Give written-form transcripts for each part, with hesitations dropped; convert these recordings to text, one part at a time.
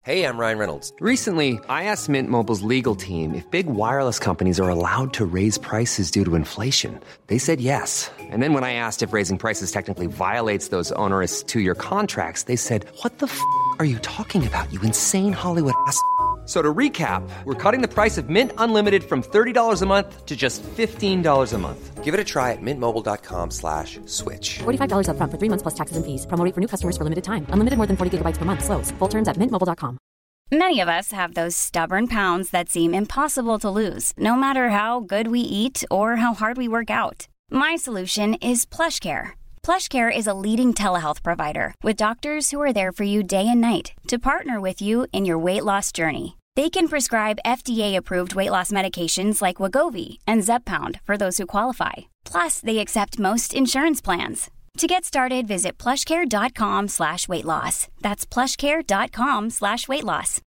Hey, I'm Ryan Reynolds. Recently, I asked Mint Mobile's legal team if big wireless companies are allowed to raise prices due to inflation. They said yes. And then when I asked if raising prices technically violates those onerous two-year contracts, they said, "What the are you talking about, you insane Hollywood ass?" So to recap, we're cutting the price of Mint Unlimited from $30 a month to just $15 a month. Give it a try at mintmobile.com/switch. $45 up front for 3 months plus taxes and fees. Promo rate for new customers for limited time. Unlimited more than 40 gigabytes per month. Slows full terms at mintmobile.com. Many of us have those stubborn pounds that seem impossible to lose, no matter how good we eat or how hard we work out. My solution is PlushCare. PlushCare is a leading telehealth provider with doctors who are there for you day and night to partner with you in your weight loss journey. They can prescribe FDA-approved weight loss medications like Wegovy and Zepbound for those who qualify. Plus, they accept most insurance plans. To get started, visit plushcare.com/weightloss. That's plushcare.com/weightloss.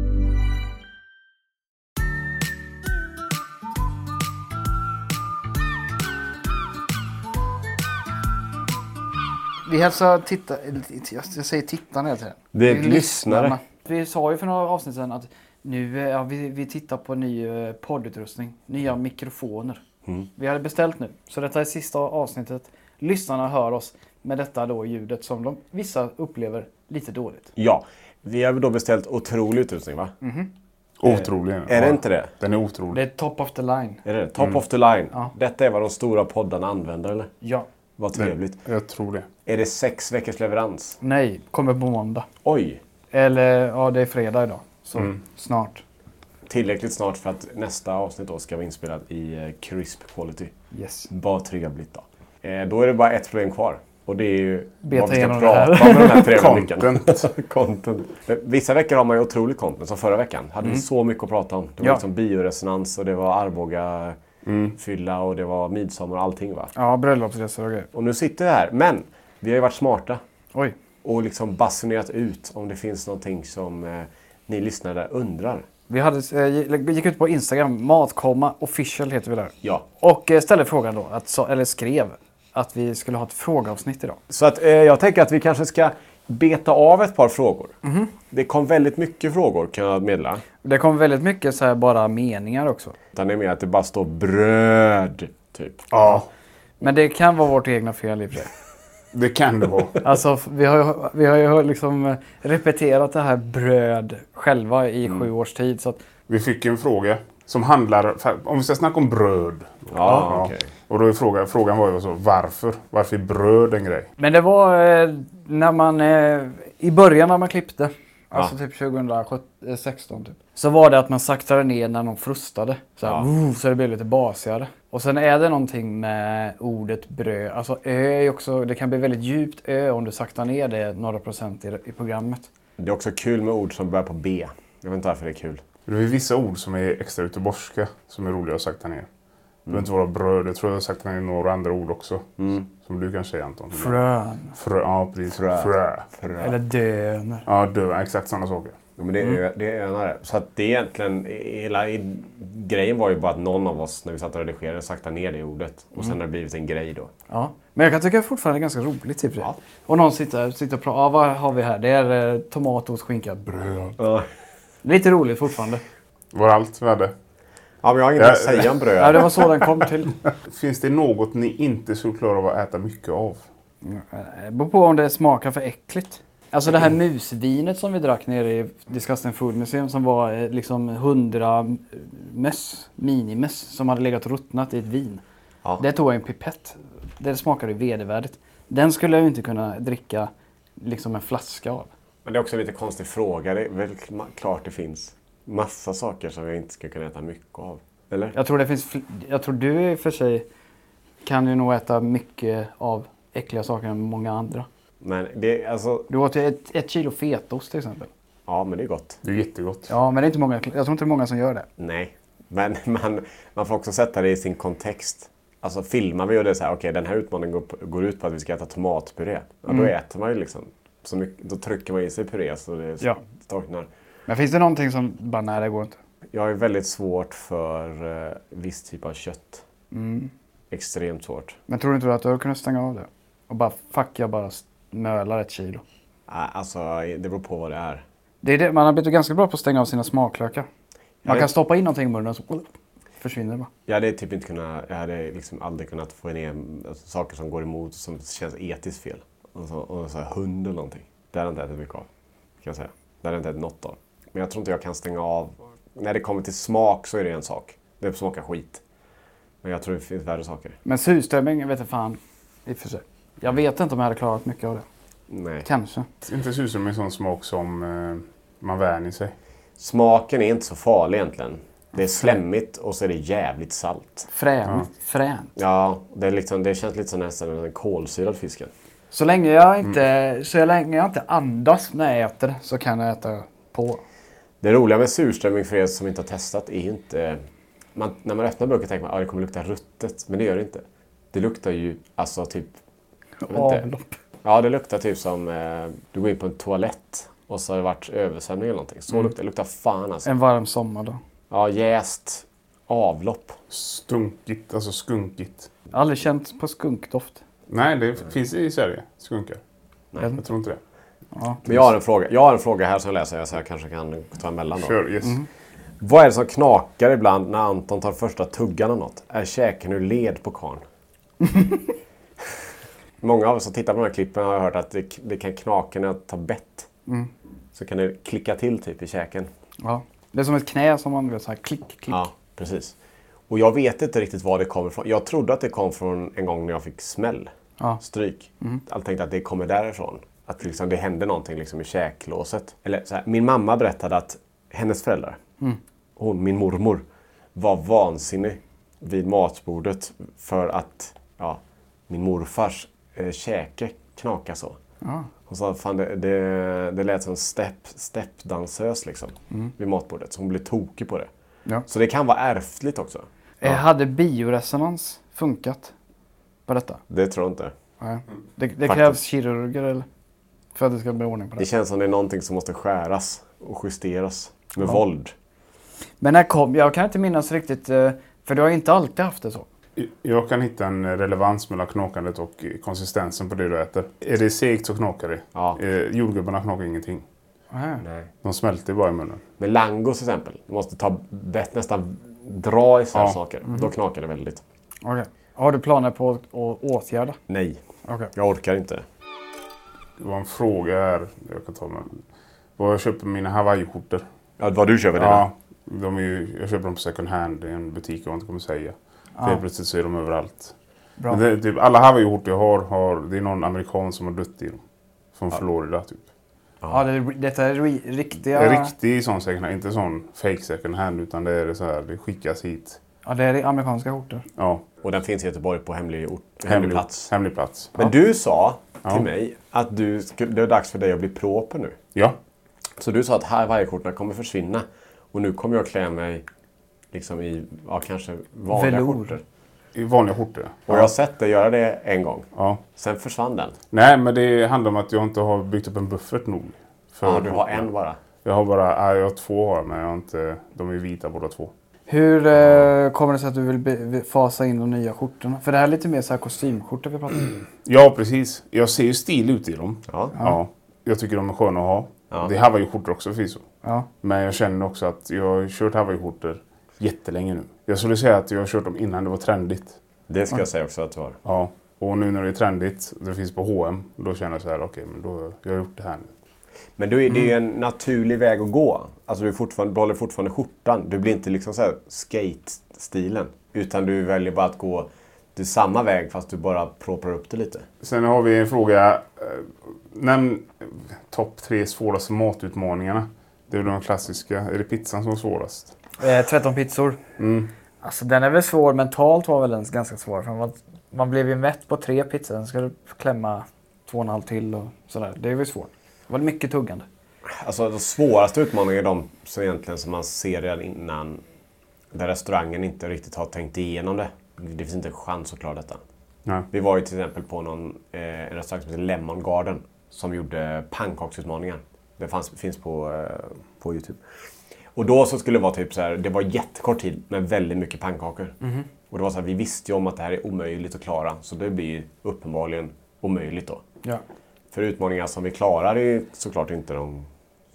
Vi hälsar jag säger tittarna hela tiden. Det är lyssnare. Vi sa ju för några avsnitt sedan att nu vi tittar på ny poddutrustning, nya mikrofoner. Vi hade beställt nu, så detta är sista avsnittet. Lyssnarna hör oss med detta då ljudet som vissa upplever lite dåligt. Ja, vi har då beställt otrolig utrustning, va? Otrolig. Är det inte det? Den är otrolig. Det är top of the line. Är det top of the line? Ja. Detta är vad de stora poddarna använder, eller? Ja. Vad trevligt. Jag tror det. Är det 6 veckors leverans? Nej, kommer på måndag. Oj! Eller ja, det är fredag idag. Så snart. Tillräckligt snart för att nästa avsnitt då ska vara inspelat i crisp quality. Yes. Vad trevligt då. Då är det bara ett problem kvar. Och det är ju Beta vad vi ska igenom prata det här. om med de här trevliga veckorna. Content. Vissa veckor har man ju otroligt content. Som förra veckan hade vi så mycket att prata om. Det var liksom bioresonans och det var Arboga fylla och det var midsommar och allting, va? Ja, bröllopsresor och grejer. Och nu sitter vi här. Men vi har ju varit smarta. Oj. Och liksom basunerat ut om det finns någonting som ni lyssnare undrar. Vi gick ut på Instagram, matkomma official heter vi där. Ja. Och ställde frågan då, eller skrev att vi skulle ha ett frågeavsnitt idag. Så att jag tänker att vi kanske ska beta av ett par frågor. Det kom väldigt mycket frågor, kan jag meddela. Det kom väldigt mycket så här bara meningar också. Utan det är mer att det bara står bröd, typ. Ja, Men det kan vara vårt egna fel i och för sig. det kan det vara. Alltså vi har ju liksom repeterat det här bröd själva i 7 års tid. Så att, Vi fick en fråga som handlar om vi ska snacka om bröd. Ja, okej. Och då är frågan var ju så, varför? Varför är bröd en grej? men det var när man i början när man klippte. Alltså typ 2016 typ. Så var det att man saktade ner när de frustade. Så det blev lite basigare. Och sen är det någonting med ordet bröd. Alltså är också, det kan bli väldigt djupt om du saktar ner det några procent i programmet. Det är också kul med ord som börjar på B. Jag vet inte varför det är kul. Det är vissa ord som är extra göteborgska som är roliga att sakta ner. Det behöver inte vara bröd, jag tror jag har sagt ner några andra ord också. Som du kan säga, Anton. Frön. Ja, precis. Frö. Eller döner. Ja, exakt sådana saker. Ja, men det är önare. Så att det egentligen, grejen var ju bara att någon av oss när vi satt och redigerade sakta ner det ordet. Och sen har det blivit en grej då. Ja. Men jag kan tycka fortfarande det är ganska roligt typ. Ja. Och någon sitter och pratar, vad har vi här? Det är tomat, ost, skinka, bröd. Ja. Lite roligt fortfarande. Var allt vi hade. Ja, men jag har inget att säga om bröd. Ja, det var så den kom till. Finns det något ni inte skulle klara av att äta mycket av? Det beror på om det smakar för äckligt. Alltså det här musvinet som vi drack nere i Disgusting Food Museum som var liksom 100 minimess som hade legat och ruttnat i ett vin. Ja. Det tog jag en pipett. Det smakade vedervärdigt. Den skulle jag ju inte kunna dricka liksom en flaska av. Men det är också en lite konstig fråga. Det är väl klart det finns massa saker som jag inte ska kunna äta mycket av. Eller? Jag tror du i och för sig kan ju nog äta mycket av äckliga saker än många andra. Men det alltså... Du åt ett kilo fetaost till exempel. Ja, men det är gott. Det är jättegott. Ja, men det är inte många, jag tror inte det är många som gör det. Nej, men man får också sätta det i sin kontext. Alltså filmar vi och det är så här, okej, den här utmaningen går ut på att vi ska äta tomatpuré. Ja, då äter man ju liksom så mycket, då trycker man i sig puré så det storknar. Men finns det någonting som bara, nej det går inte? Jag är väldigt svårt för viss typ av kött. Extremt svårt. Men tror du inte att du kunnat stänga av det? Och bara, jag bara mölar 1 kilo. Alltså, det beror på vad det är. Det är det. Man har blivit ganska bra på att stänga av sina smaklökar. Man kan stoppa in någonting i munnen och så försvinner det bara. Jag hade typ inte kunnat, jag hade liksom aldrig kunnat få ner saker som går emot som känns etiskt fel. Och så här, hund eller någonting. Det hade inte ätit mycket av, kan jag säga. Det hade inte ätit något av. Men jag tror inte jag kan stänga av. När det kommer till smak så är det en sak. Det smakar skit. Men jag tror det finns värre saker. Men surströmming, vet jag fan. I och för sig. Jag vet inte om jag hade klarat mycket av det. Nej. Kanske. Inte surströmming en sån smak som man vänjer sig. Smaken är inte så farlig egentligen. Det är slämmigt och så är det jävligt salt. Fränt. Ja, det känns lite som nästan en kolsyrad fisken. Så länge jag inte andas när jag äter det så kan jag äta på. Det roliga med surströmming för er som inte har testat är ju inte... när man öppnar burken tänker man att det kommer lukta ruttet. Men det gör det inte. Det luktar ju alltså typ... Avlopp. Ja, det luktar typ som du går in på en toalett och så har det varit översvämning eller någonting. Så luktar fan alltså. En varm sommar då. Ja, jäst avlopp. Stunkigt, alltså skunkigt. Jag har aldrig känt på skunkdoft. Nej, det finns i Sverige. Skunkar. Nej. Jag tror inte det. Ja. Men jag har en fråga här som jag läser så jag kanske kan ta emellan då. Kör, yes. Vad är det som knakar ibland när Anton tar första tuggan av något? Är käken ur led på karn? Många av oss som tittar på de här klippen har hört att det kan knaka när jag tar bett. Så kan det klicka till typ i käken. Ja. Det är som ett knä som man vet så här klick. Ja, precis. Och jag vet inte riktigt var det kommer ifrån. Jag trodde att det kom från en gång när jag fick smäll. Ja. Stryk. Jag tänkte att det kommer därifrån. Att liksom det hände någonting liksom i käklåset. Eller så här, min mamma berättade att hennes föräldrar, min mormor, var vansinnig vid matbordet för att min morfars käke knakade så. Ja. Hon sa fan det lät som steppdansös liksom vid matbordet. Så hon blev tokig på det. Ja. Så det kan vara ärftligt också. Hade bioresonans funkat på detta? Det tror jag inte. Nej. Det krävs kirurger eller? För att det ska bli ordning på det. Det känns som det är någonting som måste skäras och justeras med våld. Men jag kan inte minnas riktigt, för du har inte alltid haft det så. Jag kan hitta en relevans mellan knakandet och konsistensen på det du äter. Är det segt så knakar det. Ja. Jordgubbarna knakar ingenting. Nej. De smälter bara i munnen. Med langos till exempel. Du måste nästan dra isär saker. Då knakar det väldigt. Okay. Har du planer på att åtgärda? Nej, Okay. jag orkar inte. Det var en fråga här. Jag kan ta med. Var jag köper mina Hawaii-skjortor. Ja, vad du köper Ja, jag köper dem på second hand i en butik jag inte kommer säga. För plötsligt så är de överallt. Bra. Men typ, alla Hawaii-skjortor jag har, det är någon amerikan som har dött i dem. Från Florida typ. Ja, detta är riktiga... Det är riktig sån second hand, inte sån fake second hand utan det är så här, det skickas hit. Ja, det är amerikanska skjortor. Ja. Och den finns i Göteborg på hemlig plats. Hemlig plats. Men du sa till mig att det är dags för dig att bli proper nu. Ja. Så du sa att Hawaii-skjortorna kommer försvinna. Och nu kommer jag klä mig liksom i kanske vanliga skjortor. I vanliga skjortor. Och jag har sett dig göra det en gång. Ja. Sen försvann den. Nej, men det handlar om att jag inte har byggt upp en buffert nog. Du har en bara. Jag har jag har två men jag har inte, de är vita båda två. Hur kommer det sig att du vill fasa in de nya skjortorna? För det här är lite mer så här kostymskjortor vi pratar om. Ja, precis. Jag ser ju stil ut i dem. Ja. Jag tycker de är sköna att ha. Ja. Det är Hawaii-skjortor också förvisso. Ja. Men jag känner också att jag har kört Hawaii-skjortor jättelänge nu. Jag skulle säga att jag har kört dem innan det var trendigt. Det ska jag säga också att du har. Ja. Och nu när det är trendigt, det finns på H&M, då känner jag så här, okej, men då jag har gjort det här nu. Men det är ju en naturlig väg att gå. Alltså du behåller fortfarande skjortan. Du blir inte liksom så här skate-stilen. Utan du väljer bara att gå till samma väg fast du bara proppar upp det lite. Sen har vi en fråga. Nämn topp 3 svåraste matutmaningarna. Det är de klassiska. Är det pizzan som är svårast? 13 pizzor. Alltså den är väl svår. Mentalt var väl den ganska svår. För man blev ju mätt på 3 pizzor. Sen ska du klämma 2,5 till och sådär. Det är väl svårt. Det var mycket tuggande. Alltså de svåraste utmaningarna är de som egentligen som man ser redan innan. Där restaurangen inte riktigt har tänkt igenom det. Det finns inte en chans att klara detta. Nej. Vi var ju till exempel på en restaurang som heter Lemon Garden. Som gjorde pannkaksutmaningar. Det finns på YouTube. Och då så skulle det vara typ så här. Det var jättekort tid med väldigt mycket pannkakor. Och det var så här, vi visste ju om att det här är omöjligt att klara. Så det blir uppenbarligen omöjligt då. Ja. För utmaningar som vi klarar är såklart inte de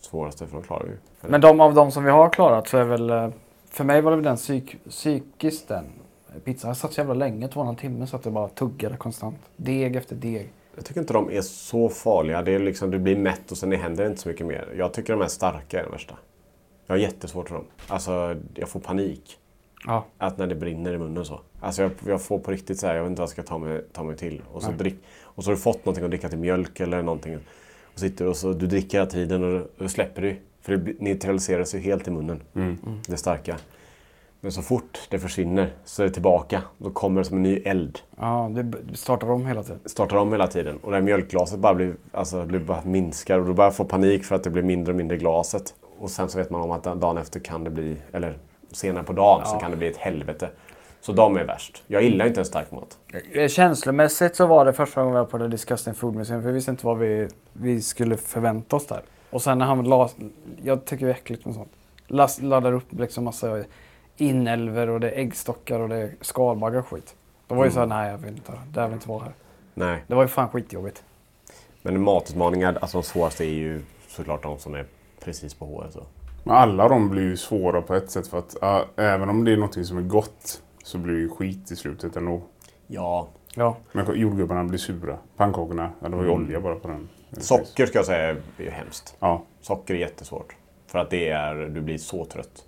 svåraste, för de klarar ju. Men av de som vi har klarat så är väl... För mig var det väl den psykiskt den. Pizzan satt så jävla länge, 2,5 timme, så att det bara tuggade konstant. Deg efter deg. Jag tycker inte de är så farliga. Det är liksom, du blir mätt och sen händer det inte så mycket mer. Jag tycker de är starka är det värsta. Jag har jättesvårt för dem. Alltså, jag får panik. Ja. Att när det brinner i munnen så. Alltså jag får på riktigt så här, jag vet inte vad jag ska ta mig till. Och så, och så har du fått någonting att dricka till mjölk eller någonting. Och sitter och så, du dricker hela tiden och du släpper det. För det neutraliseras ju helt i munnen. Det starka. Men så fort det försvinner så är det tillbaka. Då kommer det som en ny eld. Ja, det startar om hela tiden. Startar om hela tiden. Och det här mjölkglaset bara bara minskar. Och du bara får panik för att det blir mindre och mindre i glaset. Och sen så vet man om att dagen efter kan det bli, eller senare på dagen så kan det bli ett helvete. Så de är värst. Jag gillar inte en stark mat. Känslomässigt så var det första gången vi var på det Disgusting Food Museum. För vi visste inte vad vi skulle förvänta oss där. Och sen när han jag tycker det är äckligt med sånt. Laddar upp liksom massa inälvor och det är äggstockar och det är skalbaggar och skit. Då var ju så här, nej jag vill inte, det vill inte vara här. Nej. Det var ju fan skitjobbigt. Men matutmaningar, alltså de svåraste är ju såklart de som är precis på håret. Så. Men alla de blir ju svåra på ett sätt för att även om det är något som är gott så blir det ju skit i slutet ändå. Ja. Men jordgubbarna blir sura. Pannkakorna, det var ju olja bara på den. Socker ska jag säga är ju hemskt. Ja. Socker är jättesvårt. För att du blir så trött.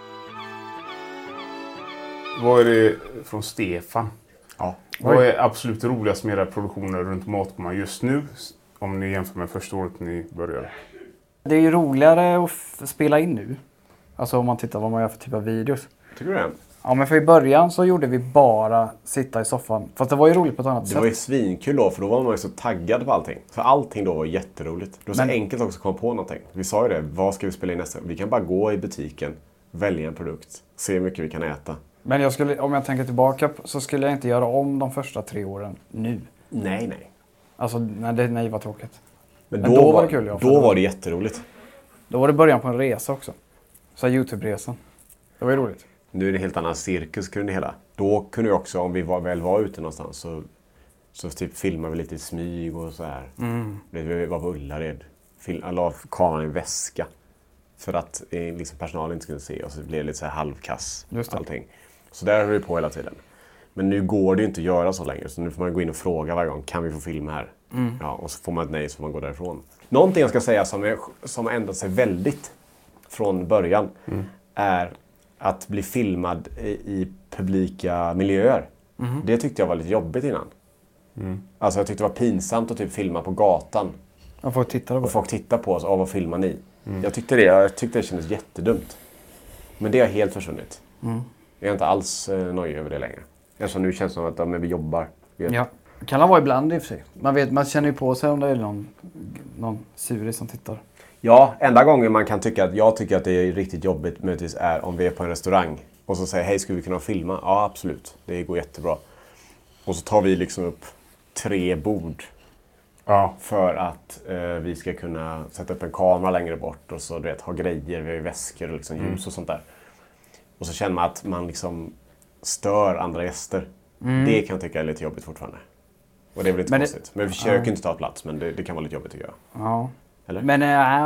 Vad är det från Stefan? Ja. Vad är absolut roligast med era produktioner runt Matkomma just nu? Om ni jämför med första året ni började. Det är ju roligare att spela in nu. Alltså om man tittar vad man gör för typ av videos. Tycker du det? Ja, men för i början så gjorde vi bara sitta i soffan. Fast det var ju roligt på ett annat sätt. Det var ju svinkul då, för då var man ju så taggad på allting. Så allting då var jätteroligt. Det var så enkelt också att komma på någonting. Vi sa ju det, vad ska vi spela in nästa gång? Vi kan bara gå i butiken, välja en produkt, se hur mycket vi kan äta. Men om jag tänker tillbaka så skulle jag inte göra om de första 3 åren nu. Nej. Alltså, nej var tråkigt. Men då var det kul. Då var det jätteroligt. Då var det början på en resa också. Så YouTube-resan. Det var ju roligt. Nu är det helt annan cirkus kring det hela. Då kunde vi också, om vi väl var ute någonstans, så typ filmade vi lite i smyg och så här. Vi var på Ullared. Jag la kameran i en väska. För att liksom personalen inte skulle se. Och så blev det lite så här halvkass. Allting. Så där höll vi på hela tiden. Men nu går det ju inte att göra så länge. Så nu får man gå in och fråga varje gång. Kan vi få filma här? Ja, och så får man ett nej så får man gå därifrån. Någonting jag ska säga som har ändrat sig väldigt från början. Är att bli filmad i publika miljöer. Det tyckte jag var lite jobbigt innan. Alltså jag tyckte det var pinsamt att typ filma på gatan. Och folk tittar på oss. Vad filmar ni? Jag tyckte det kändes jättedumt. Men det har helt försvunnit. Jag är inte alls nöjd över det längre. Eftersom nu känns det som att vi jobbar. Ja, det kan vara ibland i och för sig. Man känner ju på sig om det är någon surig som tittar. Ja, enda gången man kan tycka att jag tycker att det är riktigt jobbigt möjligtvis är om vi är på en restaurang. Och så säger hej, skulle vi kunna filma? Ja, absolut. Det går jättebra. Och så tar vi liksom upp 3 bord. Ja. För att vi ska kunna sätta upp en kamera längre bort. Och så ha grejer, vi har ju väskor och liksom ljus och sånt där. Och så känner man att man liksom stör andra gäster. Det kan jag tycka är lite jobbigt fortfarande. Och det är väl lite konstigt. Men vi försöker inte ta plats, men det kan vara lite jobbigt tycker jag. Ja. Eller? Men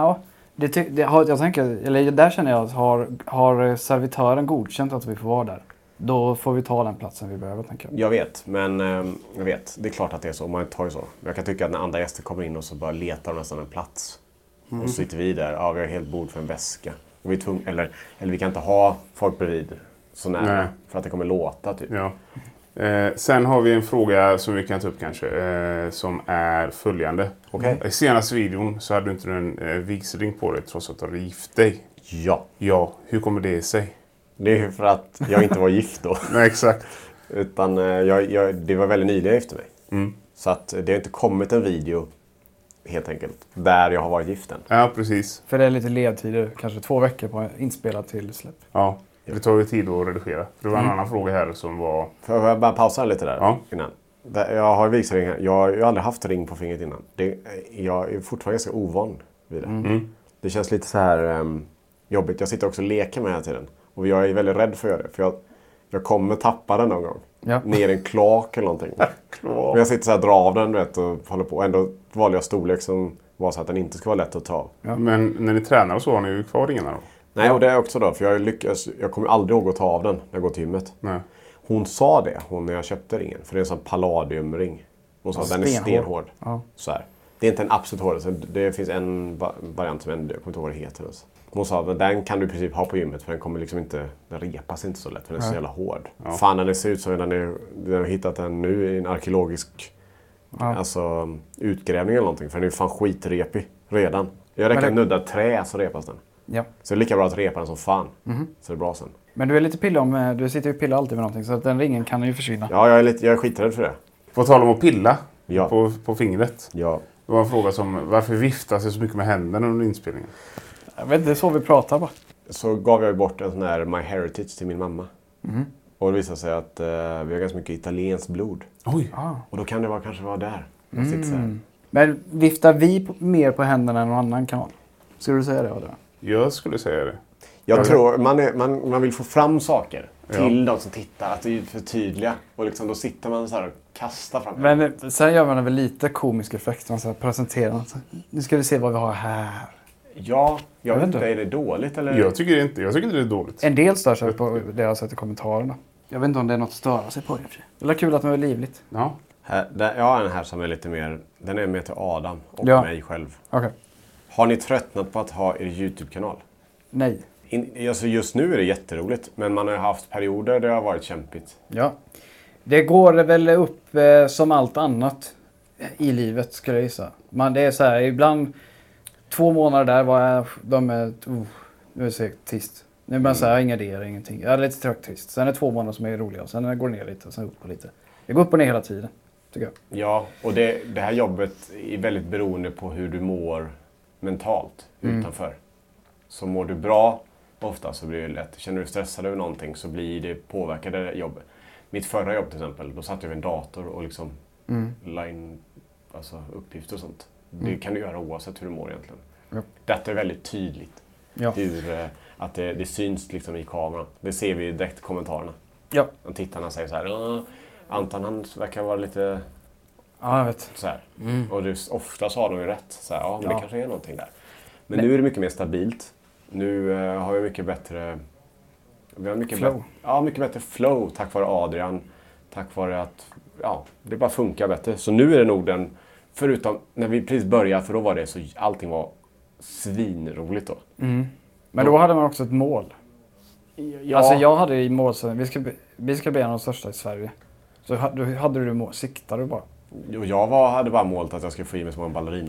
jag tänker, eller där känner jag att har servitören godkänt att vi får vara där. Då får vi ta den platsen vi behöver, tänker jag. Jag vet, men jag vet. Det är klart att det är så. Man tar ju så. Jag kan tycka att när andra gäster kommer in och så bara letar de nästan en plats. Och så sitter vi där. Ja, vi har helt bord för en väska. Och vi är eller vi kan inte ha folk bredvid så nära. Nej. För att det kommer låta typ. Ja. Sen har vi en fråga som vi kan ta upp kanske. Som är följande. Okej. I senaste videon så hade du inte en vigselring på dig trots att du hade gift dig. Ja. Ja, hur kommer det sig? Det är ju för att jag inte var gift då. Nej, exakt. Utan det var väldigt nyligen jag gifte mig. Så att det har inte kommit en video helt enkelt. Där jag har varit gift än. Ja, precis. För det är lite ledtider, kanske 2 veckor på inspelat till släpp. Ja, det tar ju tid att redigera. Det var en annan fråga här som var... Får jag bara pausa lite där Ja. innan? Jag har vigselring här. Jag har aldrig haft ring på fingret innan. Jag är fortfarande ganska ovan vid det. Det känns lite så här jobbigt. Jag sitter också och leker med hela tiden. Och jag är väldigt rädd för att göra det. För jag kommer tappa den någon gång. Ja. Ner i en klak eller någonting. Men jag sitter så här och drar av den, du vet, och håller på. Ändå valde jag storlek som Bara så att den inte ska vara lätt att ta av. Ja. Men när ni tränar och så har ni ju kvar ringarna då? Nej, och det är också då. För jag kommer aldrig ihåg att ta av den när jag går till gymmet. Nej. Hon sa det, när jag köpte ringen. För det är en sån palladiumring. Hon sa att den är stenhård. Ja. Så här. Det är inte en absolut hård. Så det finns en variant som jag kommer inte ihåg vad det heter. Alltså. Hon sa att den kan du i princip ha på gymmet. För den kommer liksom inte, den repas inte så lätt. För den är så jävla hård. Ja. Fan, den ser ut som den har hittat den nu i en arkeologisk utgrävning eller någonting. För den är fan skitrepig redan. Jag räcker nudda trä så repas den. Ja. Så det är lika bra att repa den som fan. Så det är bra sen. Men du är lite pillig du sitter ju och pillar alltid med någonting. Så att den ringen kan ju försvinna. Ja, jag är skiträdd för det. På tal om att pilla Ja. på fingret. Ja. Det var en fråga som, varför viftas det så mycket med händerna under inspelningen? Jag vet inte, det är så vi pratar bara. Så gav jag bort en sån här MyHeritage till min mamma. Och det visade sig att vi har ganska mycket italienskt blod. Oj! Och då kan det kanske vara där. Man sitter så här. Men viftar vi mer på händerna än någon annan kanal? Skulle du säga det, Adrian? Jag skulle säga det. Jag tror man vill få fram saker till de som tittar. Att det är för tydliga. Och liksom, då sitter man så här och kastar fram. Men sen gör man väl lite komisk effekt. Man så här presenterar. Nu ska vi se vad vi har här. Ja, jag vet inte. Är det dåligt eller? Jag tycker inte det är dåligt. En del stör sig på det jag har sett i kommentarerna. Jag vet inte om det är något att störa sig på. Det är kul att det är livligt. Ja. Jag har en här som är lite mer... Den är mer till Adam och mig själv. Okay. Har ni tröttnat på att ha er YouTube-kanal? Nej. Alltså just nu är det jätteroligt. Men man har haft perioder där det har varit kämpigt. Ja. Det går väl upp som allt annat i livet, skulle jag gissa. Det är så här, ibland 2 månader där var de är... nu är det så trist. Nu är man så här, inga idéer, ingenting. Jag är lite trist. Sen är det 2 månader som är roliga. Sen går det ner lite och sen upp och lite. Det går upp och ner hela tiden, tycker jag. Ja, och det här jobbet är väldigt beroende på hur du mår mentalt utanför. Så mår du bra, ofta så blir det lätt. Känner du stressad över någonting så blir det påverkade jobbet. Mitt förra jobb till exempel, då satt jag vid en dator och liksom la in uppgifter och sånt. Det kan du göra oavsett hur du mår egentligen. Ja. Detta är väldigt tydligt. Ja. Att det syns liksom i kameran. Det ser vi direkt i kommentarerna. Ja. Och tittarna säger så här, Anton han verkar vara lite... Ja, jag vet. Så här. Och ofta så har de ju rätt. Så här, men det kanske är någonting där. Men nu är det mycket mer stabilt. Nu har vi mycket bättre... Vi har mycket flow. Mycket bättre flow tack vare Adrian. Tack vare att det bara funkar bättre. Så nu är det nog den... Förutom när vi precis började, för då var det så... Allting var svinroligt då. Men då hade man också ett mål. Ja. Alltså jag hade i mål så vi ska bli en av de största i Sverige. Så hade du mål, siktade du bara? Och jag hade bara målet att jag skulle få i mig som en ballerina.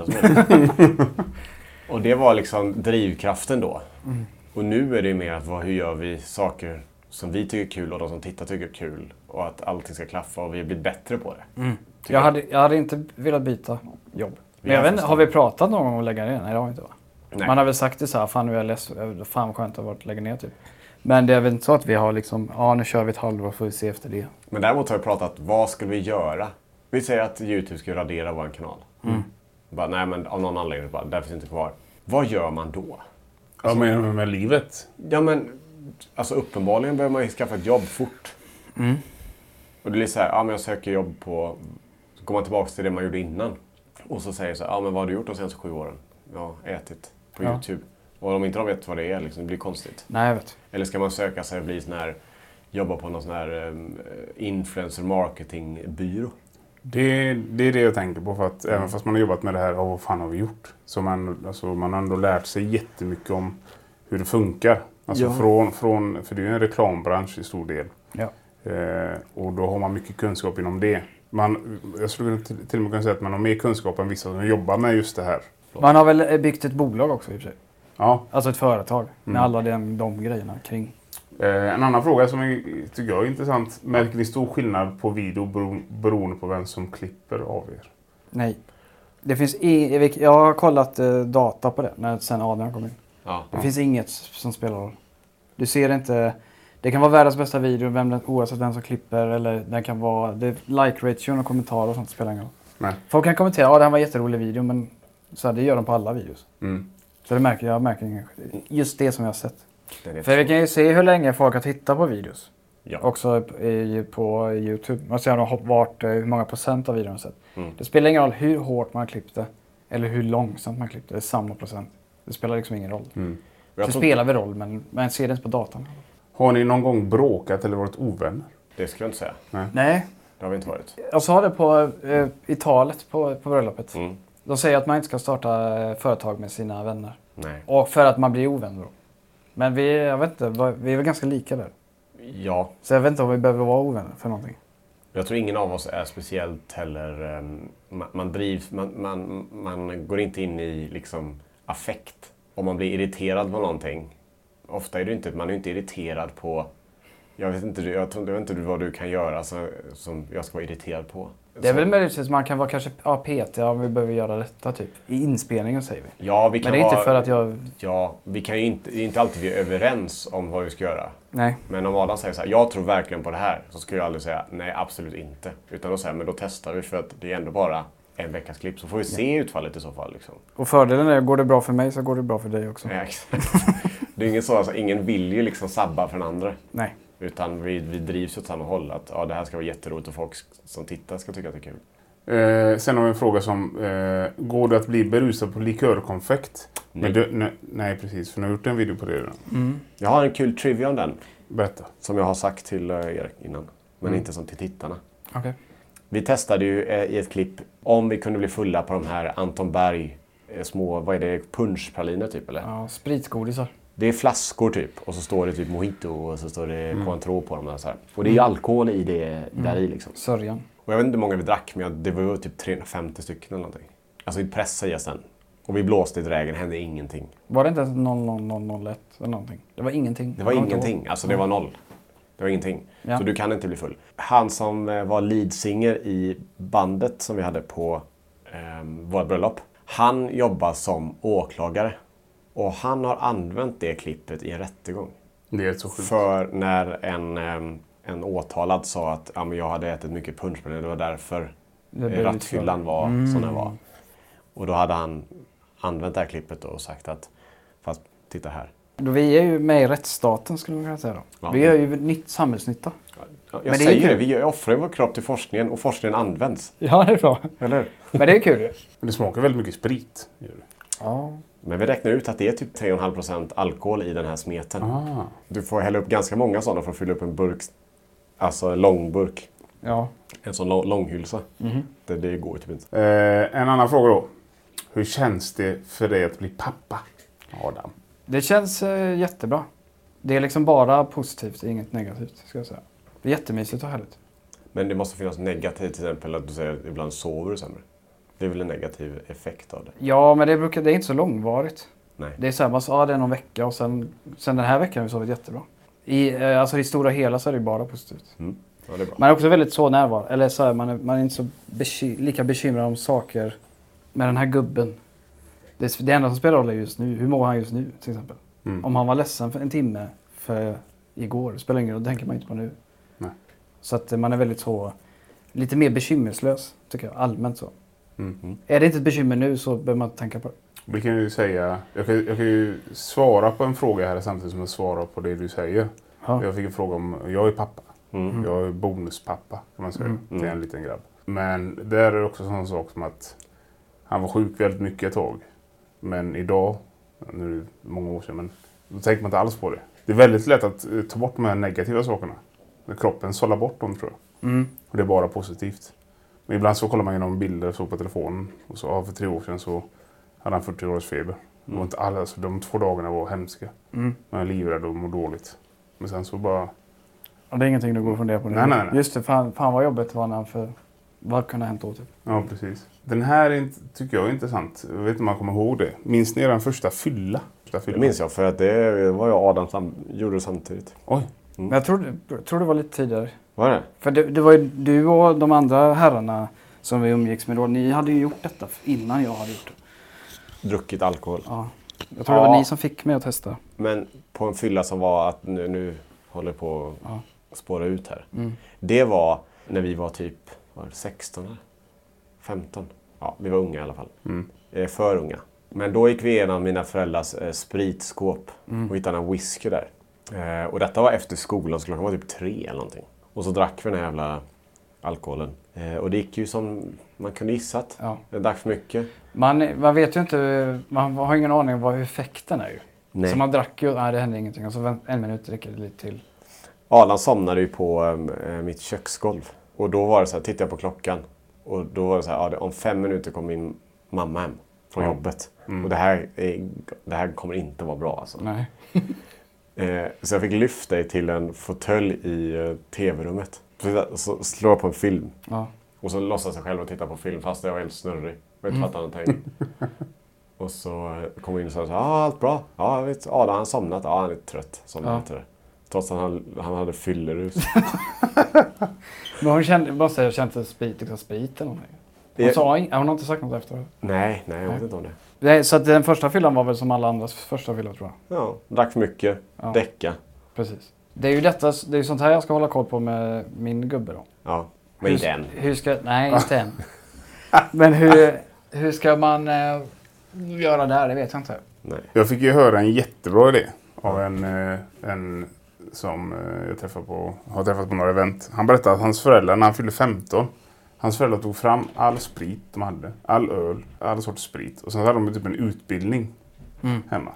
Och det var liksom drivkraften då. Och nu är det mer att hur gör vi saker som vi tycker är kul och de som tittar tycker är kul. Och att allting ska klaffa och vi blir bättre på det. Jag hade inte velat byta jobb. Men jag vet inte, har vi pratat någon gång om att lägga ner? Nej, det har vi inte, va? Nej. Man har väl sagt det så här, fan nu är jag ledsen, fan skönt att lägga ner typ. Men det är väl inte så att vi har liksom, nu kör vi ett halvår för att se efter det. Men däremot har vi pratat, vad ska vi göra? Vi säger att YouTube ska radera vår kanal. Bara, nej men av någon anledning, där finns inte kvar. Vad gör man då? Alltså, med livet? Ja men, alltså uppenbarligen behöver man ju skaffa ett jobb fort. Och det är så här, men jag söker jobb på, så går man tillbaka till det man gjorde innan. Och så säger så här, men vad har du gjort de senaste 7 åren? Ja, ätit på YouTube. Och om inte de vet vad det är, liksom, det blir konstigt. Nej, jag vet. Eller ska man söka sig och bli sån här, jobba på någon sån här influencer marketingbyrå? Det är det jag tänker på, för att även fast man har jobbat med det här, vad fan har vi gjort? Så man har ändå lärt sig jättemycket om hur det funkar. Alltså från för det är ju en reklambransch i stor del. Ja. Och då har man mycket kunskap inom det. Jag skulle till och med kunna säga att man har mer kunskap än vissa som jobbar med just det här. Man har väl byggt ett bolag också i och för sig. Ja. Alltså ett företag med alla de grejerna kring. En annan fråga som tycker jag är intressant. Märker ni stor skillnad på video beroende på vem som klipper av er? Nej. Det finns jag har kollat data på det sen Adrian kom in. Ja. Det finns inget som spelar roll. Du ser inte... Det kan vara världens bästa video oavsett vem som klipper. Eller den kan vara... like-ratio och kommentarer och sånt spelar ingen roll. Nej. Folk kan kommentera, det här var en jätterolig video, men så här, det gör de på alla videos. Så jag märker just det som jag har sett. För vi kan ju se hur länge folk har tittat på videos. Ja. Också på YouTube. Man ser hur många procent av videon har sett. Det spelar ingen roll hur hårt man har klippt det. Eller hur långsamt man klipper. Det är samma procent. Det spelar liksom ingen roll. Det tror- spelar väl roll, men man ser det inte på datorn. Har ni någon gång bråkat eller varit ovänner? Det skulle jag inte säga. Nej. Det har vi inte varit. Jag sa det i talet på bröllopet. Mm. De säger att man inte ska starta företag med sina vänner. Nej. Och för att man blir ovän då. Men jag vet inte, vi är väl ganska lika där. Ja. Så jag vet inte om vi behöver vara ovänner för någonting. Jag tror ingen av oss är speciellt heller... Man drivs... Man går inte in i liksom affekt. Om man blir irriterad på någonting. Ofta är det inte... Man är inte irriterad på... Jag vet inte vad du kan göra som jag ska vara irriterad på. Det är väl möjligt att man kan vara kanske PT om vi behöver göra detta typ. I inspelningen säger vi. Ja, vi kan Men det är inte för att jag... Ja, vi kan ju inte... Det är inte alltid vi är överens om vad vi ska göra. Nej. Men om Adam säger så här, jag tror verkligen på det här. Så skulle jag aldrig säga, nej absolut inte. Utan då säger jag, men då testar vi för att det är ändå bara en veckas klipp. Så får vi se utfallet i så fall. Liksom. Och fördelen är, går det bra för mig så går det bra för dig också. Ja, exakt. Det är ingen så, alltså, ingen vill ju liksom sabba för den andra. Nej. Utan vi drivs åt samma håll. Att det här ska vara jätteroligt och folk som tittar ska tycka att det är kul. Sen har vi en fråga som, går det att bli berusad på likörkonfekt? Nej. Nej, precis. För nu har jag gjort en video på det redan. Jag har en kul trivia om den. Berätta. Som jag har sagt till Erik innan. Men inte som till tittarna. Okej. Vi testade ju i ett klipp om vi kunde bli fulla på de här Anton Berg små, vad är det, punschpraliner typ eller? Ja, spritgodisar. Det är flaskor typ och så står det typ mojito och så står det Cointreau på dem där så här. Och det är ju alkohol i det där i liksom. Sörjan. Och jag vet inte hur många vi drack men det var typ 350 stycken eller någonting. Alltså vi pressade i oss den. Och vi blåste i drägen, hände ingenting. Var det inte 00001 eller någonting? Det var ingenting. Det var ingenting, alltså det var noll. Det var ingenting. Ja. Så du kan inte bli full. Han som var leadsinger i bandet som vi hade på vårt bröllop. Han jobbar som åklagare. Och han har använt det klippet i en rättegång. Det är så sjukt. För när en åtalad sa att ja, men jag hade ätit mycket punschpraliner. Det var därför rattfyllan var som den var. Och då hade han använt det här klippet och sagt att fast titta här. Vi är ju med i rättsstaten skulle man kunna säga då. Ja. Vi gör ju samhällsnytta. Jag Men det är säger kul. det, vi offrar vår kropp till forskningen och forskningen används. Ja, det är bra. Eller? Men det är kul ju. Men det smakar väldigt mycket sprit. Gör det. Ja. Men vi räknar ut att det är typ 3,5% alkohol i den här smeten. Ah. Du får hälla upp ganska många sådana för att fylla upp en burk. Alltså en långburk. Ja. En sån långhylsa. Det går typ inte. En annan fråga då. Hur känns det för dig att bli pappa, Adam? Det känns jättebra. Det är liksom bara positivt, inget negativt ska jag säga. Det är jättemysigt och härligt. Men det måste finnas negativt, till exempel att du säger att ibland sover du sämre. Det är väl en negativ effekt av det? Ja, men det är inte så långvarigt. Nej. Det är så här, man sa det är någon vecka och sen den här veckan har vi sovit jättebra. Alltså i stora hela så är det bara positivt. Ja, det är bra. Man är också väldigt så närvarande. Eller så här, man är inte så lika bekymrad om saker med den här gubben. Det enda som spelar roll är just nu. Hur mår han just nu till exempel? Om han var ledsen för en timme för igår, det spelar ingen roll, det tänker man inte på nu. Nej. Så att man är väldigt så, lite mer bekymmerslös tycker jag, allmänt så. Är det inte ett bekymmer nu så behöver man inte tänka på det. Vi kan ju säga, jag kan ju svara på en fråga här samtidigt som jag svarar på det du säger. Ja. Jag fick en fråga om, jag är pappa. Jag är bonuspappa kan man säga, till en liten grabb. Men där är det också sån sak som att han var sjuk väldigt mycket ett tag. Men idag, nu är det många år sedan, men då tänker man inte alls på det. Det är väldigt lätt att ta bort de här negativa sakerna. Kroppen sållar bort dem tror jag. Och det är bara positivt. Men ibland så kollar man igenom bilder så på telefonen. Och så för 3 år sedan så hade han 40 års feber. Det var inte alla, alltså, de 2 dagarna var hemska. Man är livrädd och mår dåligt. Men sen så bara... Och det är ingenting du går och funderar på nu? Nej. Just det, fan vad jobbigt var när för... Vad kunde ha hänt då typ? Ja, precis. Den här tycker jag är intressant. Jag vet inte om man kommer ihåg det. Minns ni den första fylla? Det minns jag för att det var jag och Adam gjorde samtidigt. Oj. Men jag tror det var lite tidigare. Var det? För det var ju du och de andra herrarna som vi umgicks med då. Ni hade ju gjort detta innan jag hade gjort det. Druckit alkohol. Ja. Jag tror det var ni som fick mig att testa. Men på en fylla som var att nu håller på att spåra ut här. Det var när vi var typ 16 eller 15. Ja, vi var unga i alla fall. För unga. Men då gick vi igenom mina föräldrars spritskåp och hittade en whisky där. Och detta var efter skolan, så klockan var typ 3 eller någonting. Och så drack vi den här jävla alkoholen. Och det gick ju som man kunde gissat. Ja. Det drack för mycket. Man vet ju inte, man har ingen aning om vad effekten är ju. Nej. Så man drack ju, nej det hände ingenting. Och så en minut dricker det lite till. Adam somnade ju på mitt köksgolv. Och då var det så här, tittade jag på klockan. Och då var det så här, om 5 minuter kommer min mamma hem från jobbet. Och det här kommer inte vara bra alltså. Nej. Så jag fick lyfta dig till en fåtölj i tv-rummet. Så slår jag på en film. Ja. Och så låtsas jag själv att titta på film fast jag var helt snurrig. Jag vet inte vad någonting. Och så kom jag in och sa allt bra. Ja, jag vet. Adam han somnat. Ja, han är lite trött. Trots att han hade fyllerus. Men hon måste ha känt sprit eller någonting. Hon har inte sagt något efter. Nej, jag vet inte om det. Nej, så att den första fyllan var väl som alla andras första fylla tror jag. Ja, drack för mycket. Ja. Däcka. Precis. Det är ju sånt här jag ska hålla koll på med min gubbe då. Ja, men inte än. Nej, inte än. Men hur ska man göra där? Det vet jag inte. Nej. Jag fick ju höra en jättebra idé av en som jag har träffat på några event. Han berättade att hans föräldrar när han fyllde 15, hans föräldrar tog fram all sprit de hade. All öl, all sorts sprit. Och sen hade de typ en utbildning hemma.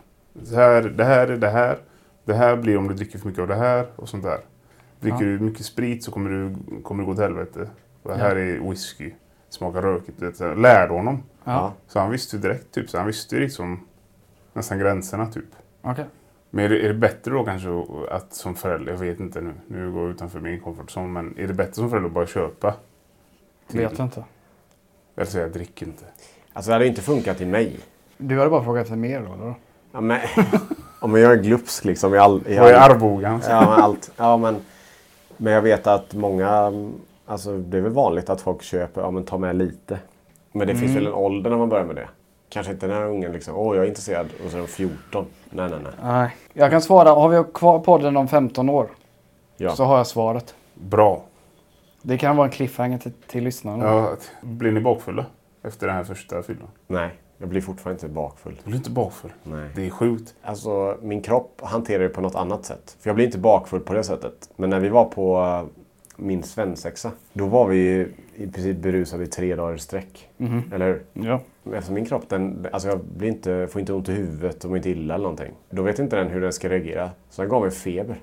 Det här blir om du dricker för mycket av det här och sånt där. Dricker du mycket sprit så kommer du gå till helvete. Det här är whisky. Smakar rökigt. Lärde honom. Ja. Så han visste ju direkt typ. Så han visste ju liksom nästan gränserna typ. Okay. Men är det bättre då kanske att som förälder, jag vet inte nu går jag utanför min komfortzon, men är det bättre som förälder att bara köpa? Vet inte. Eller säga jag dricker inte. Alltså det hade inte funkat i mig. Du hade bara frågat efter mer då? Ja, men om jag är glupsk liksom i i Arbogan. Ja, men allt. Ja, men jag vet att många, alltså det är väl vanligt att folk köper, men ta med lite. Men det finns väl en ålder när man börjar med det. Kanske inte när ungen liksom, jag är intresserad och så är de 14. Nej. Jag kan svara, har vi kvar podden om 15 år? Ja. Så har jag svaret. Bra. Det kan vara en cliffhanger till lyssnarna. Ja, blir ni bakfulla efter den här första fyllan? Nej, jag blir fortfarande inte bakfull. Du blir inte bakfull? Nej. Det är sjukt. Alltså, min kropp hanterar det på något annat sätt. För jag blir inte bakfull på det sättet. Men när vi var på min svensexa, då var vi i princip berusade i 3 dagar sträck. Eller hur? Ja. Eftersom min kropp, alltså jag får inte ont i huvudet och mår inte illa eller någonting. Då vet inte den hur den ska reagera. Så den gav mig feber.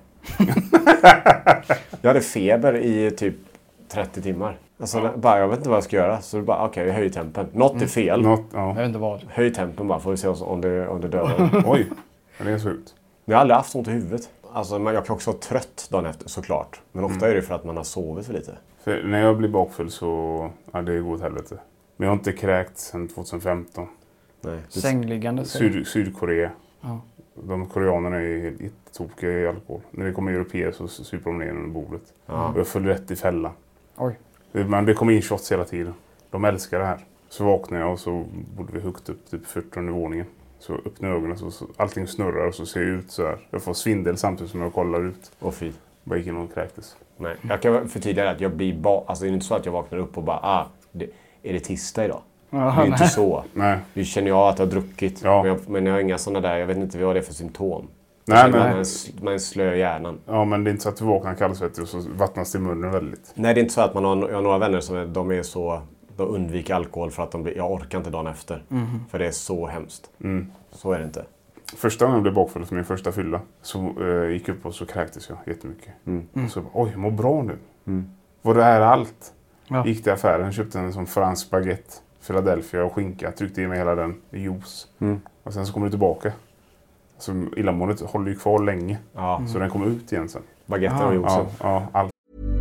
Jag hade feber i typ 30 timmar. Alltså jag vet inte vad jag ska göra. Så bara okej, vi höjer tempen. Något är fel. Jag vet inte vad. Höj tempen bara, får vi se om det dödar. Oj, det är sjukt. Men jag har aldrig haft ont i huvudet. Alltså jag kan också vara trött dagen efter såklart. Men ofta är det för att man har sovit för lite. För när jag blir bakfull så, det går åt helvete. Men jag har inte kräkt sedan 2015. Nej. Sängliggande. Sydkorea. Ja. De koreanerna är helt jättetokiga i alkohol. När det kommer europeer så super de ner under bordet. Ja. Och jag föll rätt i fällan. Oj. Men det kommer in shots hela tiden. De älskar det här. Så vaknar jag och så borde vi högt upp typ 40:e våningen. Så öppnar ögonen så allting snurrar och så ser jag ut så här. Jag får svindel samtidigt som jag kollar ut. Och fy. Bara gick in och kräktes. Nej, jag kan förtydliga att jag blir alltså det är inte så att jag vaknar upp och bara är det tisdag idag? Det är inte så. Nej. Nu känner jag att jag har druckit. Ja. Men jag har inga sådana där, jag vet inte vad det är för symptom. Nej. Man är slö i hjärnan. Ja, men det är inte så att du vaknar kallsvettig och så vattnas det i munnen väldigt. Nej, det är inte så att jag har några vänner som de undviker alkohol för att jag orkar inte dagen efter. För det är så hemskt. Så är det inte. Första gången jag blev bakfull för min första fylla så gick jag upp och så kräktes jag jättemycket. Och så oj, jag mår bra nu. Var det här allt? Ja. Gick till affären, köpte en sån fransk baguette, Philadelphia och skinka, tryckte i mig hela den i juice. Och sen så kommer det tillbaka. Så illamåendet håller ju kvar länge. Ja. Så den kommer ut igen sen. Baguetten och juicen. Ja, allt.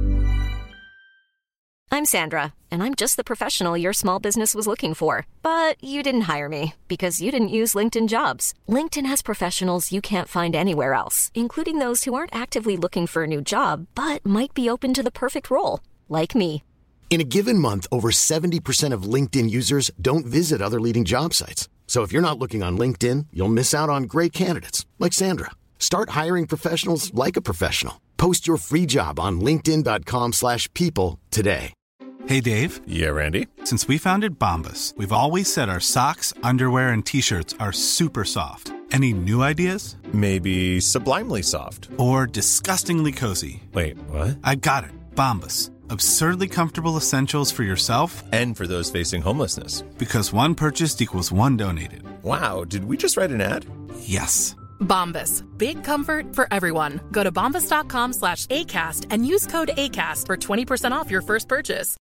I'm Sandra, and I'm just the professional your small business was looking for. But you didn't hire me because you didn't use LinkedIn Jobs. LinkedIn has professionals you can't find anywhere else, including those who aren't actively looking for a new job, but might be open to the perfect role, like me. In a given month, over 70% of LinkedIn users don't visit other leading job sites. So if you're not looking on LinkedIn, you'll miss out on great candidates, like Sandra. Start hiring professionals like a professional. Post your free job on linkedin.com/people today. Hey, Dave. Yeah, Randy. Since we founded Bombas, we've always said our socks, underwear, and T-shirts are super soft. Any new ideas? Maybe sublimely soft. Or disgustingly cozy. Wait, what? I got it. Bombas. Absurdly comfortable essentials for yourself And for those facing homelessness. because one purchased equals one donated. Wow, did we just write an ad? Yes. Bombas. Big comfort for everyone. Go to bombas.com/ACAST and use code ACAST for 20% off your first purchase.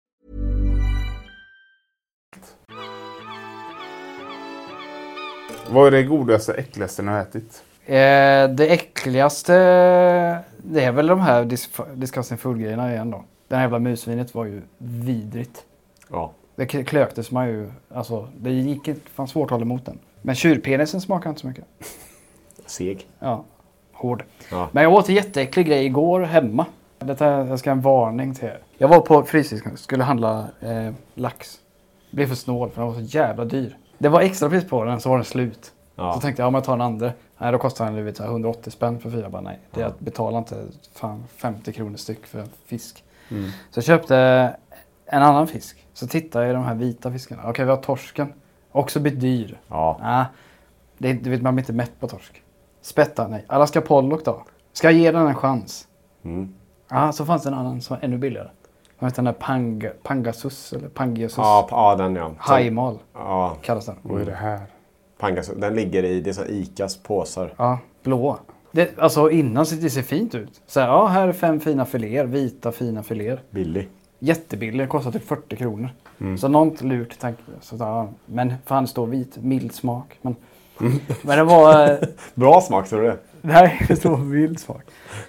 Vad är det godaste, äckligaste ni har ätit? Det äckligaste, det är väl de här disgusting food-grejerna igen då. Det här jävla musvinet var ju vidrigt. Ja. Det klöktes man ju, alltså det gick inte, fanns svårt att hålla emot den. Men tjurpenisen smakar inte så mycket. Seg. Ja, hård. Ja. Men jag åt en jätteäcklig grej igår hemma. Jag ska ha en varning till er. Jag var på frysdisken och skulle handla lax. Det blev för snål för den var så jävla dyr. Det var extra pris på den, så var den slut. Ja. Så tänkte jag, om jag tar en andra. Nej, då kostar den 180 spänn för 4. Bara, nej, jag betalar inte 50 kronor styck för en fisk. Så jag köpte en annan fisk. Så tittade jag i de här vita fiskarna. Okej, vi har torsken. Också blivit dyr. Ja. Du vet, man blir inte mätt på torsk. Spätta, nej. Alaska pollock då. Ska jag ge den en chans? Ja, så fanns det en annan som var ännu billigare. Vad heter den där Pangasus eller Pangiasus? Ja, den ja. Hajmal Ja. kallas den. Vad är det här? Pangas, den ligger i, det är så Icas påsar. Ja, blå. Det, alltså innan det ser fint ut. Så här, ja, här är 5 fina filéer. Vita fina filéer. Billig. Jättebillig, kostar typ 40 kronor. Så något lurt tänkte jag. Så, ja, men fan, det står vit, mild smak. Men det var... Bra smak, tror du det? Nej, det står mild smak.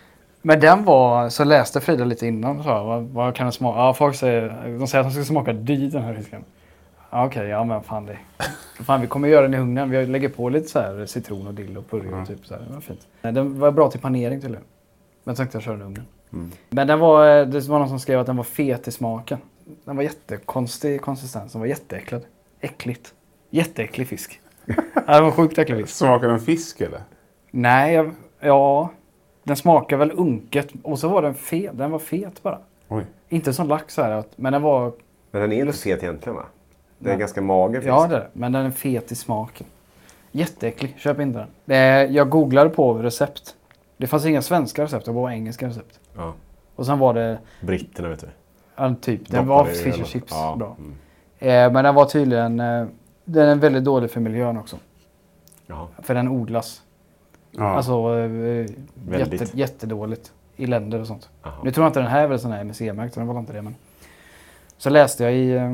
Men den var, så läste Frida lite innan. Så, vad kan den smaka? Ja, folk säger, de säger att den ska smaka dyr, den här fisken. Ja, okej, ja men fan det. Fan, vi kommer göra den i ugnen. Vi lägger på lite så här citron och dill och purjo och typ så här. Det var fint. Den var bra till panering till det. Men jag tänkte jag köra den i ugnen. Men det var någon som skrev att den var fet i smaken. Den var jättekonstig konsistens. Den var jätteäcklad. Äckligt. Jätteäcklig fisk. Ja, det var sjukt äcklig fisk. Smakar den fisk eller? Nej, ja. Den smakar väl unket. Och så var den fet. Den var fet bara. Oj. Inte som lax så här. Men den var... Men den är inte fet egentligen, va? Den är ganska mager fisk. Ja, det är, men den är fet i smaken. Jätteäcklig. Köp inte den. Jag googlade på recept. Det fanns inga svenska recept. Det var bara engelska recept. Ja. Och sen var det... Britterna, vet du. Ja, typ. Den var fish eller? and chips. Ja. Bra. Men den var tydligen... den är väldigt dålig för miljön också. Ja. För den odlas. Ja. Alltså Väldigt. jättedåligt. I länder och sånt. Aha. Nu tror jag inte den här är väl sån här MSC-märkt. Den var inte det. Men... Så läste jag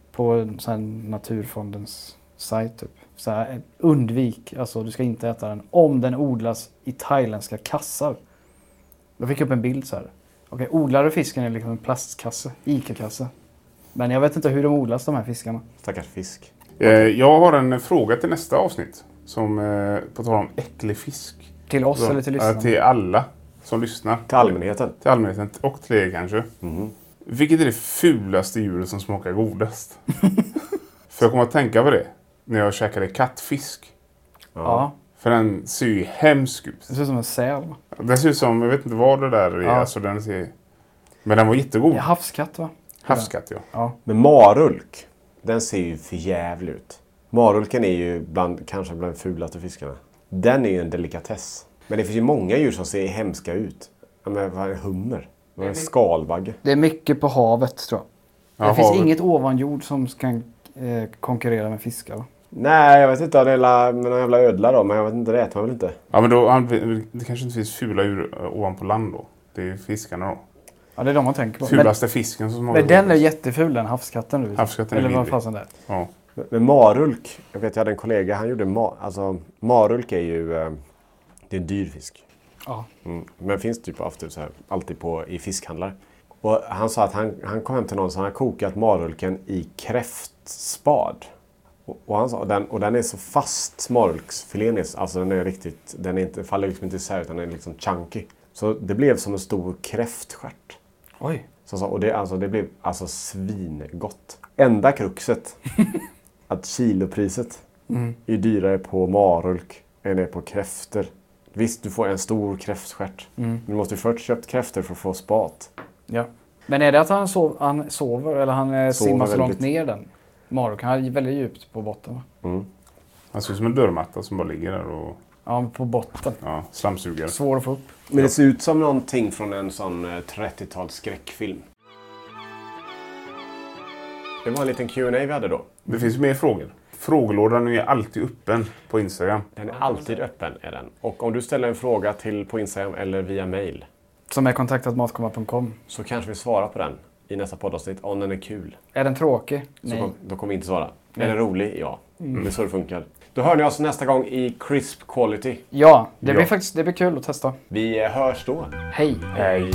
på sån här Naturfondens sajt typ. Så här, undvik, alltså du ska inte äta den om den odlas i thailändska kassar. Då fick jag upp en bild så här. Okej, odlade fisken är liksom en plastkasse, Ica-kasse. Men jag vet inte hur de odlas, de här fiskarna. Stackars fisk. Jag har en fråga till nästa avsnitt. Som på tal om äcklig fisk. Till oss eller till lyssnarna? Till alla som lyssnar. Till allmänheten. Till allmänheten och till er kanske. Vilket är det fulaste djuret som smakar godast? För jag kommer att tänka på det när jag käkade kattfisk. Ja. För den ser ju hemsk ut. Det ser ut som en säl. Det ser ut som, jag vet inte vad det där är. Ja. Alltså, den ser... Men den var jättegod. Ja, havskatt va? Havskatt, ja. Men marulk, den ser ju för jävligt ut. Marulken är ju kanske bland de fulaste fiskarna. Den är ju en delikatess. Men det finns ju många djur som ser hemska ut. Men vad är hummer? Vad är en skalbagge? Det är mycket på havet tror jag. Ja, Det finns havet. inget ovanjord som kan konkurrera med fiskar va? Nej, jag vet inte. Det är någon jävla ödla då. Men jag vet inte, det äter man väl inte. Ja, men då, det kanske inte finns fula djur ovanpå land då. Det är fiskarna då. Ja, det är de man tänker på. Fulaste fisken som smakar Men den är godast. jätteful, den havskatten du. Havskatten är eller vad vidrig. fasen det är. Ja. Men marulk, jag hade en kollega, han gjorde marulk är ju det är en dyr fisk. Ja. Men finns typ ofta så här, alltid i fiskhandlar. Och han sa att han kom hem till någon som hade kokat marulken i kräftspad. Och han sa den är så fast, marulksfilén, alltså den faller liksom inte isär utan den är liksom chunky. Så det blev som en stor kräftstjärt. Oj. Och det blev alltså svingott. Enda kruxet att kilopriset är dyrare på marulk än det är på kräfter. Visst, du får en stor kräftstjärt. Men du måste ju först köpt kräfter för att få spat. Ja. Men är det att han sover eller han simmar så långt ner den? Marulk, han är väldigt djupt på botten va? Han ser ut som en dörrmatta som bara ligger där och... Ja, på botten. Ja, slamsugare. Svår att få upp. Men det ser ut som någonting från en sån 30-tals skräckfilm. Det var en liten Q&A vi hade då. Det finns mer frågor. Frågelådan är alltid öppen på Instagram. Den är alltid öppen, är den. Och om du ställer en fråga på Instagram eller via mail. Som är kontaktatmatkomma.com. Så kanske vi svarar på den i nästa poddavsnitt om den är kul. Är den tråkig? Nej. Då kommer vi inte svara. Är den rolig? Ja. Det är så det funkar. Då hör ni oss nästa gång i crisp quality. Ja, det blir kul att testa. Vi hörs då. Hej. Hej.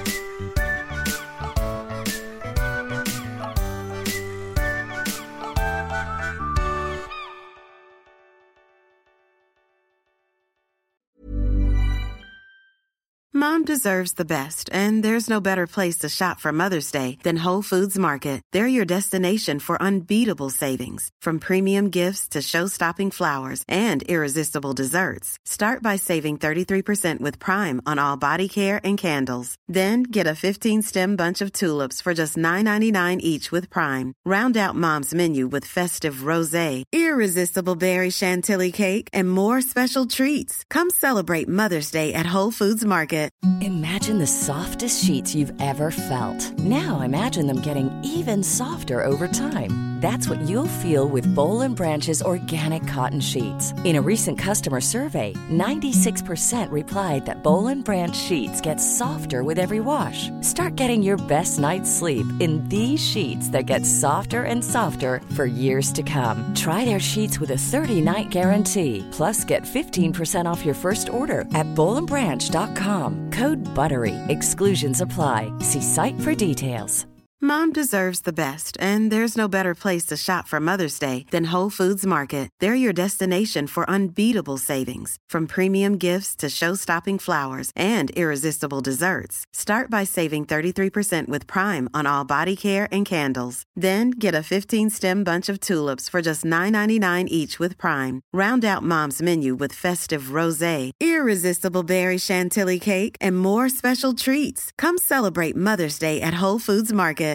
Mom deserves the best, and there's no better place to shop for Mother's Day than Whole Foods Market. They're your destination for unbeatable savings, from premium gifts to show-stopping flowers and irresistible desserts. Start by saving 33% with Prime on all body care and candles. Then get a 15-stem bunch of tulips for just $9.99 each with Prime. Round out Mom's menu with festive rosé, irresistible berry chantilly cake, and more special treats. Come celebrate Mother's Day at Whole Foods Market. Imagine the softest sheets you've ever felt. Now imagine them getting even softer over time. That's what you'll feel with Boll & Branch's organic cotton sheets. In a recent customer survey, 96% replied that Boll & Branch sheets get softer with every wash. Start getting your best night's sleep in these sheets that get softer and softer for years to come. Try their sheets with a 30-night guarantee. Plus, get 15% off your first order at bollandbranch.com. Code BUTTERY. Exclusions apply. See site for details. Mom deserves the best, and there's no better place to shop for Mother's Day than Whole Foods Market. They're your destination for unbeatable savings, from premium gifts to show-stopping flowers and irresistible desserts. Start by saving 33% with Prime on all body care and candles. Then get a 15-stem bunch of tulips for just $9.99 each with Prime. Round out Mom's menu with festive rosé, irresistible berry chantilly cake, and more special treats. Come celebrate Mother's Day at Whole Foods Market.